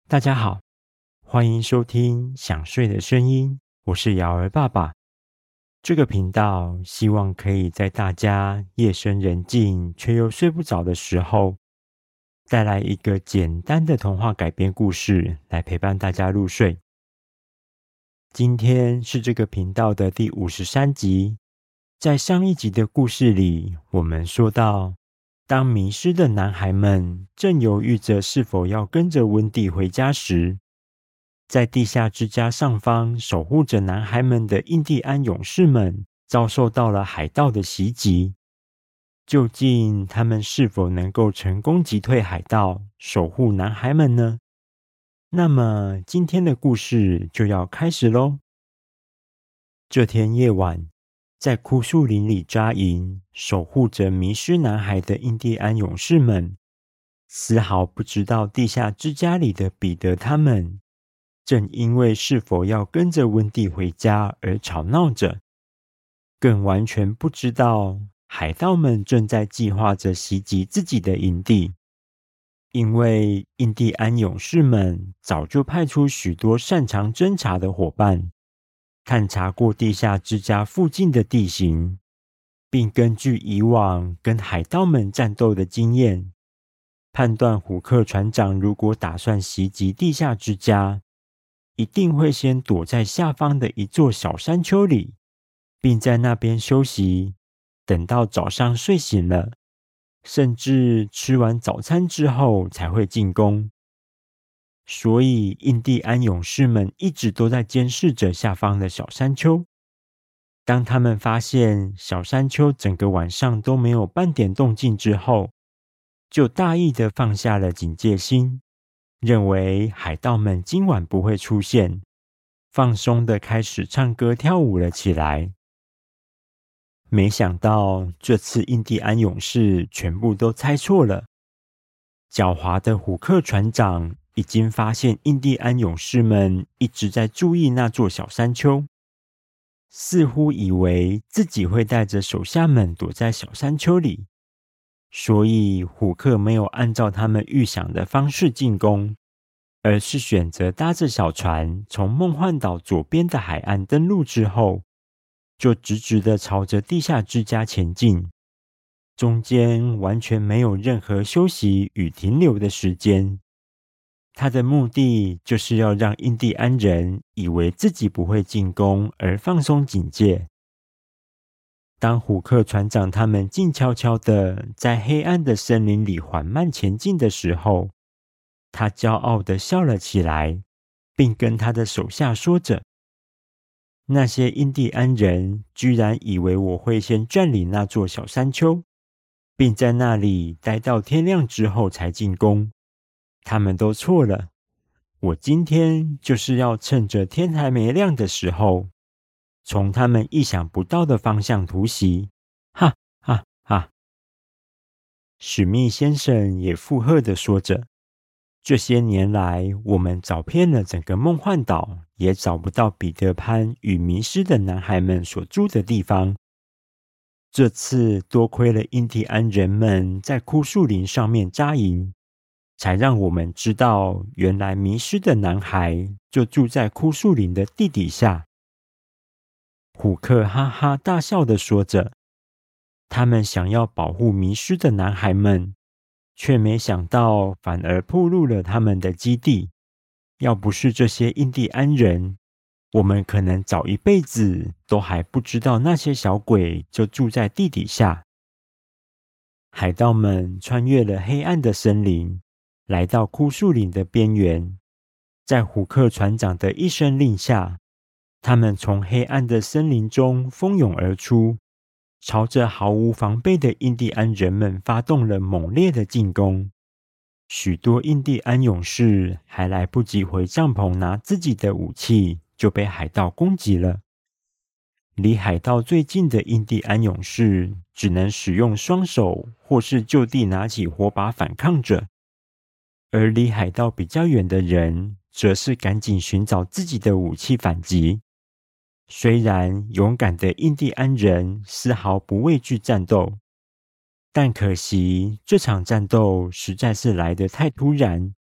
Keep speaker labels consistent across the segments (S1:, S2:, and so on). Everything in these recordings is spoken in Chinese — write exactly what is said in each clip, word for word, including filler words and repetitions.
S1: 大家好，欢迎收听想睡的声音，我是瑶儿爸爸。这个频道希望可以在大家夜深人静却又睡不着的时候，带来一个简单的童话改编故事来陪伴大家入睡。今天是这个频道的第五十三集。在上一集的故事里，我们说到，当迷失的男孩们正犹豫着是否要跟着温蒂回家时，在地下之家上方守护着男孩们的印第安勇士们遭受到了海盗的袭击。究竟他们是否能够成功击退海盗，守护男孩们呢？那么今天的故事就要开始咯。这天夜晚，在枯树林里扎营，守护着迷失男孩的印第安勇士们，丝毫不知道地下之家里的彼得他们，正因为是否要跟着温蒂回家而吵闹着，更完全不知道海盗们正在计划着袭击自己的营地。因为印第安勇士们早就派出许多擅长侦察的伙伴，探查过地下之家附近的地形，并根据以往跟海盗们战斗的经验，判断虎克船长如果打算袭击地下之家，一定会先躲在下方的一座小山丘里，并在那边休息，等到早上睡醒了，甚至吃完早餐之后才会进攻。所以印第安勇士们一直都在监视着下方的小山丘。当他们发现小山丘整个晚上都没有半点动静之后，就大意的放下了警戒心，认为海盗们今晚不会出现，放松的开始唱歌跳舞了起来。没想到这次印第安勇士全部都猜错了。狡猾的虎克船长已经发现印第安勇士们一直在注意那座小山丘，似乎以为自己会带着手下们躲在小山丘里，所以虎克没有按照他们预想的方式进攻，而是选择搭着小船从梦幻岛左边的海岸登陆之后，就直直的朝着地下之家前进，中间完全没有任何休息与停留的时间。他的目的就是要让印第安人以为自己不会进攻而放松警戒。当虎克船长他们静悄悄的在黑暗的森林里缓慢前进的时候，他骄傲的笑了起来，并跟他的手下说着，那些印第安人居然以为我会先占领那座小山丘，并在那里待到天亮之后才进攻。他们都错了，我今天就是要趁着天还没亮的时候，从他们意想不到的方向突袭。哈哈哈！史密先生也附和地说着，这些年来我们找遍了整个梦幻岛，也找不到彼得潘与迷失的男孩们所住的地方。这次多亏了印第安人们在枯树林上面扎营，才让我们知道原来迷失的男孩就住在枯树林的地底下。虎克哈哈大笑地说着，他们想要保护迷失的男孩们，却没想到反而暴露了他们的基地。要不是这些印第安人，我们可能早一辈子都还不知道那些小鬼就住在地底下。海盗们穿越了黑暗的森林，来到枯树林的边缘。在虎克船长的一声令下，他们从黑暗的森林中蜂拥而出，朝着毫无防备的印第安人们发动了猛烈的进攻。许多印第安勇士还来不及回帐篷拿自己的武器，就被海盗攻击了。离海盗最近的印第安勇士只能使用双手或是就地拿起火把反抗着，而离海盗比较远的人则是赶紧寻找自己的武器反击。虽然勇敢的印第安人丝毫不畏惧战斗，但可惜这场战斗实在是来得太突然，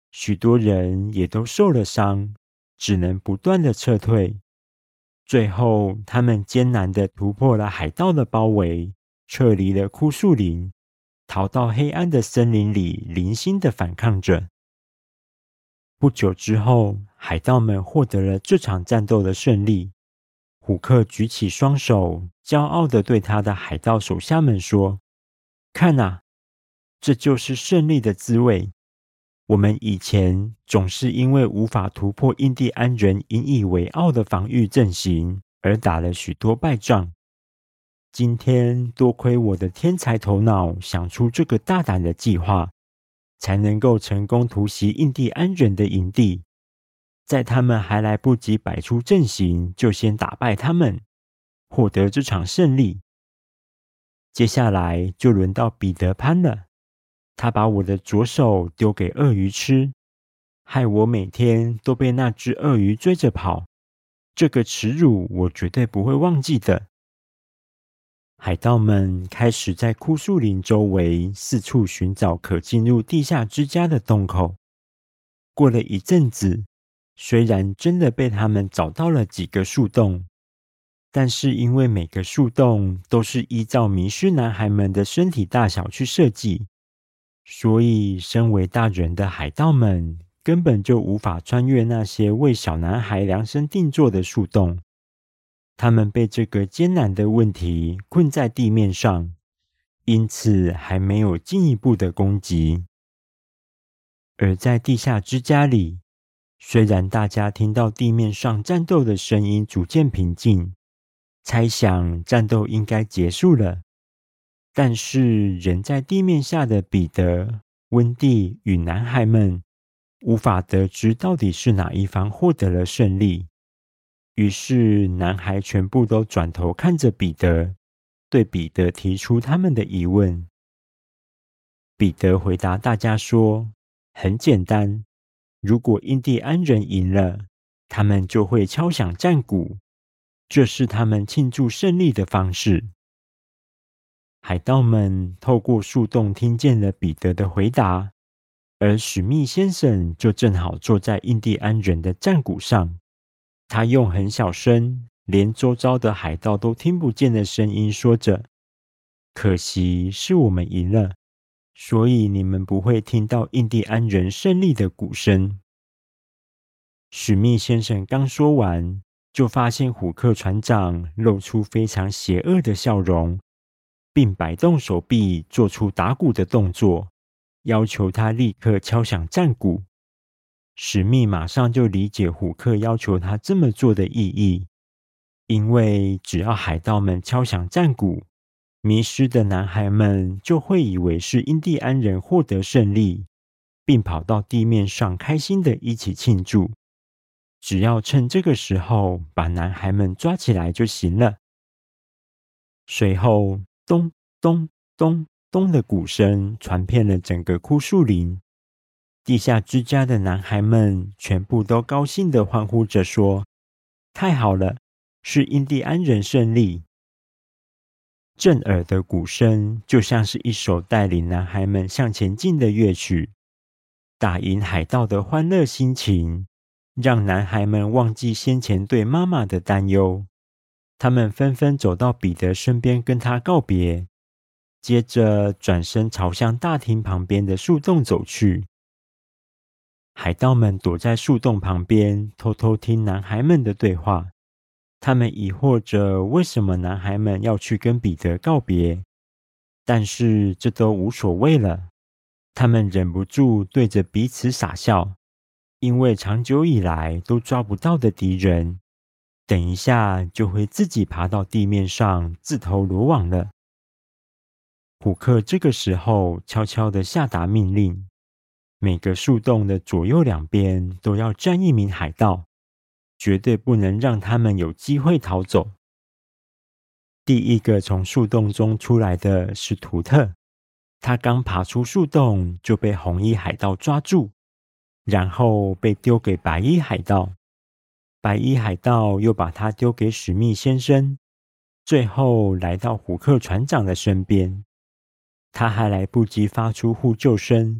S1: 许多人也都受了伤，只能不断的撤退。最后，他们艰难地突破了海盗的包围，撤离了枯树林，逃到黑暗的森林里，零星地反抗着。不久之后，海盗们获得了这场战斗的胜利。虎克举起双手，骄傲地对他的海盗手下们说：“看啊，这就是胜利的滋味。我们以前总是因为无法突破印第安人引以为傲的防御阵型，而打了许多败仗。今天多亏我的天才头脑想出这个大胆的计划，才能够成功突袭印第安人的营地，在他们还来不及摆出阵型，就先打败他们，获得这场胜利。接下来就轮到彼得潘了。他把我的左手丢给鳄鱼吃，害我每天都被那只鳄鱼追着跑。这个耻辱我绝对不会忘记的。”海盗们开始在枯树林周围四处寻找可进入地下之家的洞口。过了一阵子，虽然真的被他们找到了几个树洞，但是因为每个树洞都是依照迷失男孩们的身体大小去设计，所以身为大人的海盗们根本就无法穿越那些为小男孩量身定做的树洞。他们被这个艰难的问题困在地面上，因此还没有进一步的攻击。而在地下之家里，虽然大家听到地面上战斗的声音逐渐平静，猜想战斗应该结束了，但是人在地面下的彼得、温蒂与男孩们无法得知到底是哪一方获得了胜利。于是男孩全部都转头看着彼得，对彼得提出他们的疑问。彼得回答大家说：“很简单，如果印第安人赢了，他们就会敲响战鼓，这是他们庆祝胜利的方式。”海盗们透过树洞听见了彼得的回答，而史密先生就正好坐在印第安人的战鼓上。他用很小声，连周遭的海盗都听不见的声音说着：“可惜是我们赢了，所以你们不会听到印第安人胜利的鼓声。”史密先生刚说完，就发现虎克船长露出非常邪恶的笑容，并摆动手臂做出打鼓的动作，要求他立刻敲响战鼓。史密马上就理解虎克要求他这么做的意义，因为只要海盗们敲响战鼓，迷失的男孩们就会以为是印第安人获得胜利，并跑到地面上开心的一起庆祝。只要趁这个时候把男孩们抓起来就行了。随后，咚咚咚咚的鼓声传遍了整个枯树林。地下之家的男孩们全部都高兴地欢呼着说：“太好了，是印第安人胜利！”震耳的鼓声就像是一首带领男孩们向前进的乐曲，打赢海盗的欢乐心情，让男孩们忘记先前对妈妈的担忧。他们纷纷走到彼得身边跟他告别，接着转身朝向大厅旁边的树洞走去。海盗们躲在树洞旁边，偷偷听男孩们的对话。他们疑惑着为什么男孩们要去跟彼得告别，但是这都无所谓了。他们忍不住对着彼此傻笑，因为长久以来都抓不到的敌人，等一下就会自己爬到地面上自投罗网了。虎克这个时候悄悄地下达命令，每个树洞的左右两边都要站一名海盗，绝对不能让他们有机会逃走。第一个从树洞中出来的是图特，他刚爬出树洞就被红衣海盗抓住，然后被丢给白衣海盗。白衣海盗又把他丢给史密先生，最后来到虎克船长的身边。他还来不及发出呼救声，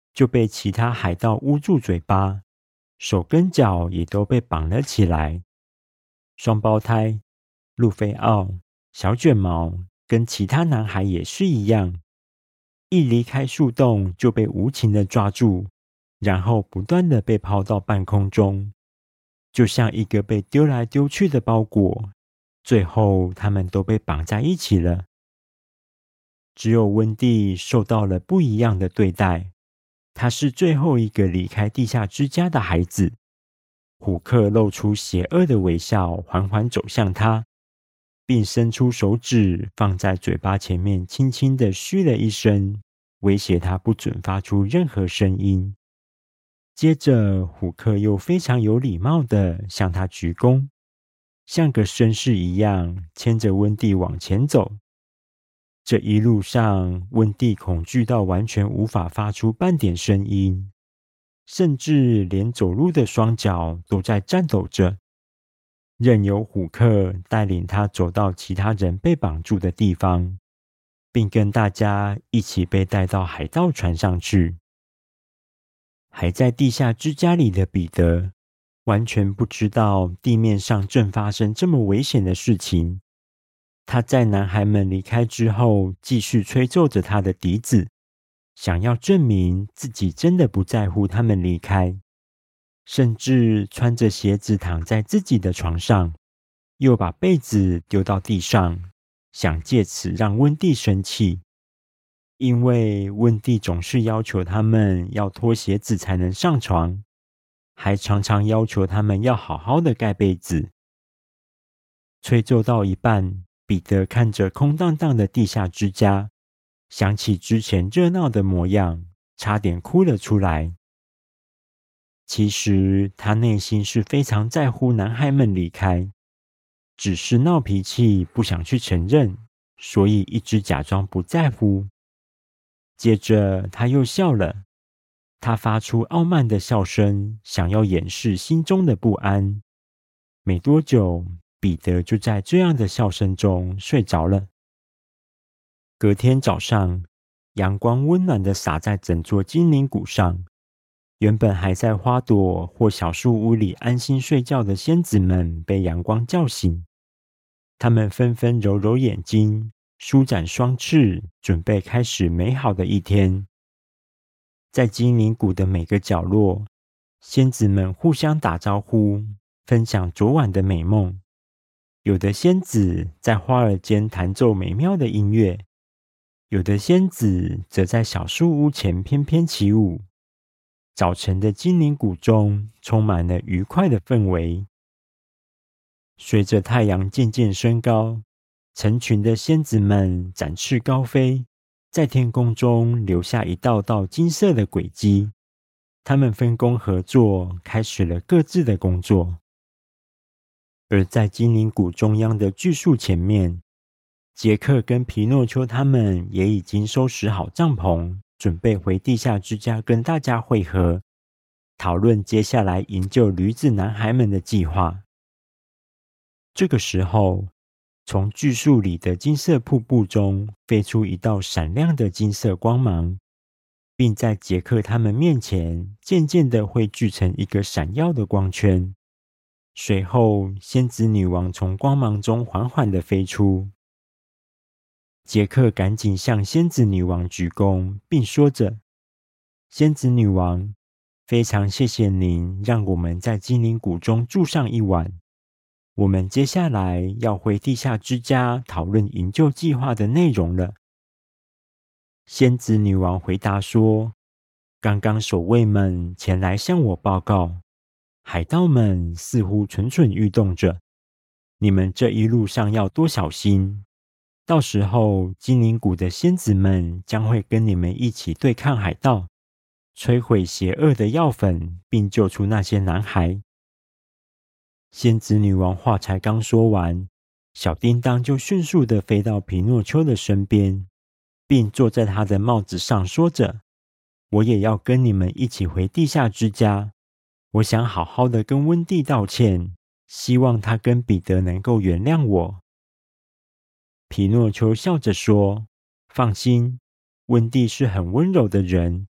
S1: 就被其他海盗捂住嘴巴，手跟脚也都被绑了起来。双胞胎路菲奥、小卷毛跟其他男孩也是一样，一离开树洞就被无情的抓住，然后不断的被抛到半空中，就像一个被丢来丢去的包裹，最后他们都被绑在一起了。只有温蒂受到了不一样的对待，他是最后一个离开地下之家的孩子。虎克露出邪恶的微笑，缓缓走向他，并伸出手指放在嘴巴前面，轻轻地嘘了一声，威胁他不准发出任何声音。接着，虎克又非常有礼貌地向他鞠躬，像个绅士一样牵着温蒂往前走。这一路上，温蒂恐惧到完全无法发出半点声音，甚至连走路的双脚都在颤抖着，任由虎克带领他走到其他人被绑住的地方，并跟大家一起被带到海盗船上去。还在地下之家里的彼得，完全不知道地面上正发生这么危险的事情。他在男孩们离开之后，继续吹奏着他的笛子，想要证明自己真的不在乎他们离开，甚至穿着鞋子躺在自己的床上，又把被子丢到地上，想借此让温蒂生气。因为温蒂总是要求他们要脱鞋子才能上床，还常常要求他们要好好的盖被子。吹奏到一半，彼得看着空荡荡的地下之家，想起之前热闹的模样，差点哭了出来。其实他内心是非常在乎男孩们离开，只是闹脾气不想去承认，所以一直假装不在乎。接着他又笑了，他发出傲慢的笑声，想要掩饰心中的不安。没多久，彼得就在这样的笑声中睡着了。隔天早上，阳光温暖地洒在整座精灵谷上，原本还在花朵或小树屋里安心睡觉的仙子们被阳光叫醒，他们纷纷揉揉眼睛，舒展双翅，准备开始美好的一天。在精灵谷的每个角落，仙子们互相打招呼，分享昨晚的美梦。有的仙子在花儿间弹奏美妙的音乐，有的仙子则在小树屋前翩翩起舞。早晨的精灵谷中充满了愉快的氛围。随着太阳渐渐升高，成群的仙子们展翅高飞，在天空中留下一道道金色的轨迹。他们分工合作，开始了各自的工作。而在精灵谷中央的巨树前面，杰克跟皮诺丘他们也已经收拾好帐篷，准备回地下之家跟大家会合，讨论接下来营救驴子男孩们的计划。这个时候，从巨树里的金色瀑布中飞出一道闪亮的金色光芒，并在杰克他们面前渐渐地汇聚成一个闪耀的光圈。随后，仙子女王从光芒中缓缓地飞出。杰克赶紧向仙子女王鞠躬，并说着：“仙子女王，非常谢谢您让我们在精灵谷中住上一晚。我们接下来要回地下之家讨论营救计划的内容了。”仙子女王回答说：“刚刚守卫们前来向我报告，海盗们似乎蠢蠢欲动着，你们这一路上要多小心。到时候，精灵谷的仙子们将会跟你们一起对抗海盗，摧毁邪恶的药粉，并救出那些男孩。”仙子女王话才刚说完，小叮当就迅速地飞到皮诺丘的身边，并坐在他的帽子上，说着：“我也要跟你们一起回地下之家。我想好好的跟温蒂道歉，希望他跟彼得能够原谅我。”皮诺丘笑着说：“放心，温蒂是很温柔的人，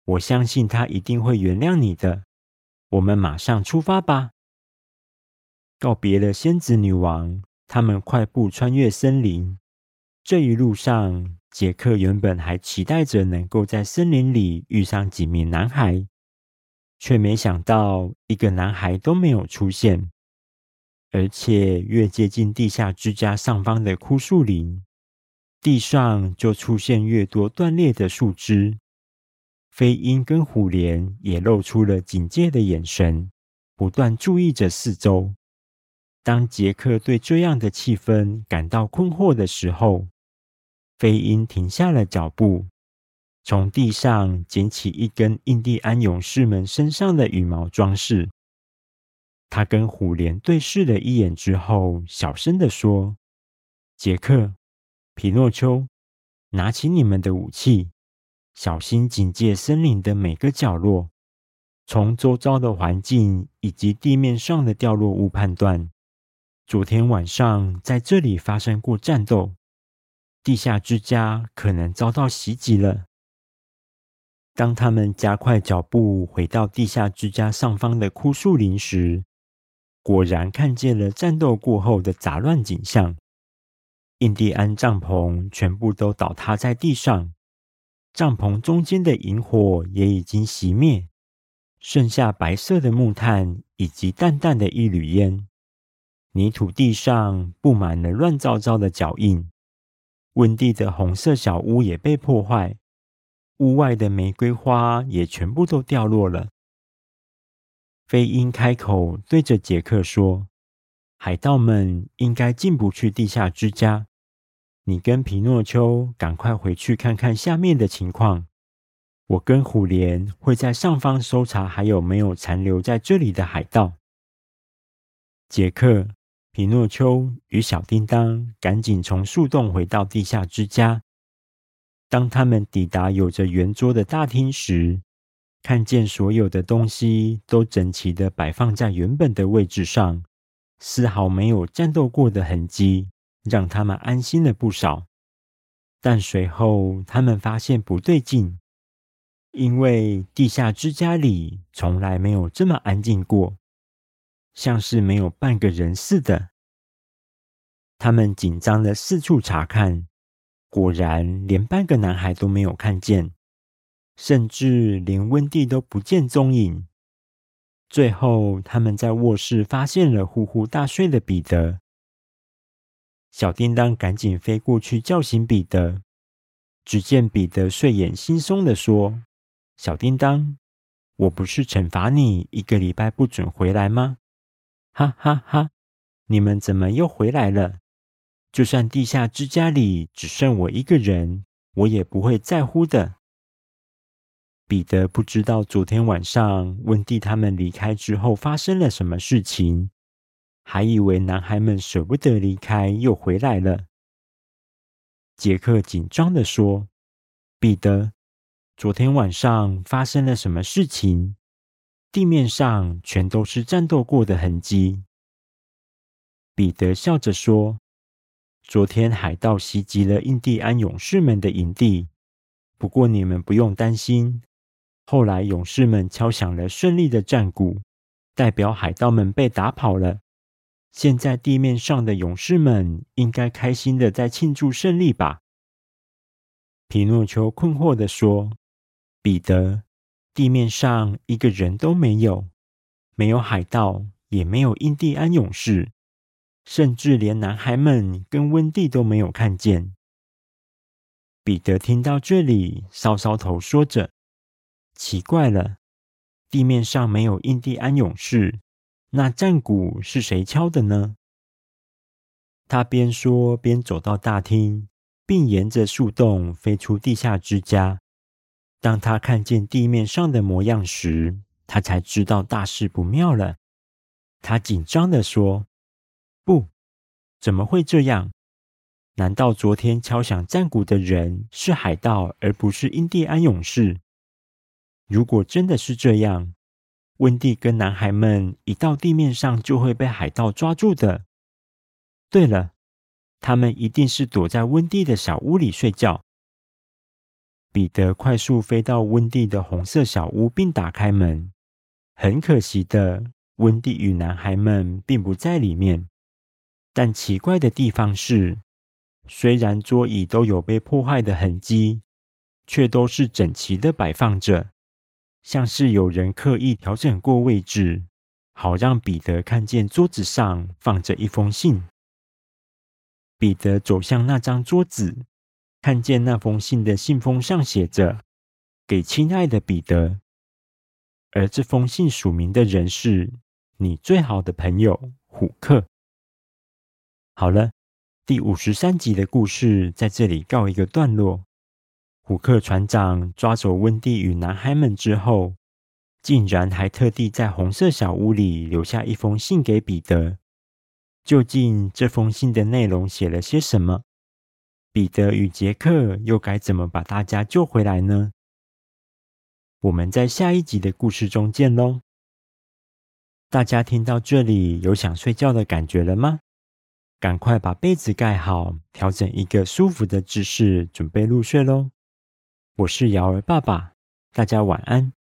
S1: 我相信他一定会原谅你的。我们马上出发吧。”告别了仙子女王，他们快步穿越森林。这一路上，杰克原本还期待着能够在森林里遇上几名男孩，却没想到一个男孩都没有出现。而且越接近地下之家上方的枯树林，地上就出现越多断裂的树枝。飞鹰跟虎莲也露出了警戒的眼神，不断注意着四周。当杰克对这样的气氛感到困惑的时候，飞鹰停下了脚步，从地上捡起一根印第安勇士们身上的羽毛装饰。他跟虎莲对视了一眼之后，小声地说：“杰克、皮诺丘，拿起你们的武器，小心警戒森林的每个角落。从周遭的环境以及地面上的掉落物判断，昨天晚上在这里发生过战斗，地下之家可能遭到袭击了。”当他们加快脚步回到地下之家上方的枯树林时，果然看见了战斗过后的杂乱景象。印第安帐篷全部都倒塌在地上，帐篷中间的萤火也已经熄灭，剩下白色的木炭以及淡淡的一缕烟。泥土地上布满了乱糟糟的脚印，温蒂的红色小屋也被破坏，屋外的玫瑰花也全部都掉落了。飞鹰开口对着杰克说：“海盗们应该进不去地下之家，你跟皮诺丘赶快回去看看下面的情况。我跟虎莲会在上方搜查还有没有残留在这里的海盗。”杰克、皮诺丘与小叮当赶紧从树洞回到地下之家。当他们抵达有着圆桌的大厅时，看见所有的东西都整齐地摆放在原本的位置上，丝毫没有战斗过的痕迹，让他们安心了不少。但随后他们发现不对劲，因为地下之家里从来没有这么安静过，像是没有半个人似的。他们紧张地四处查看，果然连半个男孩都没有看见，甚至连温蒂都不见踪影。最后他们在卧室发现了呼呼大睡的彼得。小叮当赶紧飞过去叫醒彼得，只见彼得睡眼惺忪地说：“小叮当，我不是惩罚你一个礼拜不准回来吗？哈哈哈，你们怎么又回来了？就算地下之家里只剩我一个人，我也不会在乎的。”彼得不知道昨天晚上温蒂他们离开之后发生了什么事情，还以为男孩们舍不得离开又回来了。杰克紧张地说：“彼得，昨天晚上发生了什么事情？地面上全都是战斗过的痕迹。”彼得笑着说：“昨天海盗袭击了印第安勇士们的营地，不过你们不用担心。后来勇士们敲响了顺利的战鼓，代表海盗们被打跑了。现在地面上的勇士们应该开心的在庆祝胜利吧？”皮诺丘困惑地说：“彼得，地面上一个人都没有，没有海盗，也没有印第安勇士，甚至连男孩们跟温蒂都没有看见。”彼得听到这里，搔搔头说着：“奇怪了，地面上没有印第安勇士，那战鼓是谁敲的呢？”他边说边走到大厅，并沿着树洞飞出地下之家。当他看见地面上的模样时，他才知道大事不妙了。他紧张地说：“不，怎么会这样？难道昨天敲响战鼓的人是海盗，而不是印第安勇士？如果真的是这样，温蒂跟男孩们一到地面上就会被海盗抓住的。对了，他们一定是躲在温蒂的小屋里睡觉。” 彼得快速飞到温蒂的红色小屋，并打开门。很可惜的，温蒂与男孩们并不在里面。但奇怪的地方是，虽然桌椅都有被破坏的痕迹，却都是整齐的摆放着，像是有人刻意调整过位置，好让彼得看见桌子上放着一封信。彼得走向那张桌子，看见那封信的信封上写着“给亲爱的彼得”，而这封信署名的人是你最好的朋友虎克。好了，第五十三集的故事在这里告一个段落。虎克船长抓走温蒂与男孩们之后，竟然还特地在红色小屋里留下一封信给彼得。究竟这封信的内容写了些什么？彼得与杰克又该怎么把大家救回来呢？我们在下一集的故事中见咯。大家听到这里有想睡觉的感觉了吗？赶快把被子盖好，调整一个舒服的姿势，准备入睡咯。我是瑶儿爸爸，大家晚安。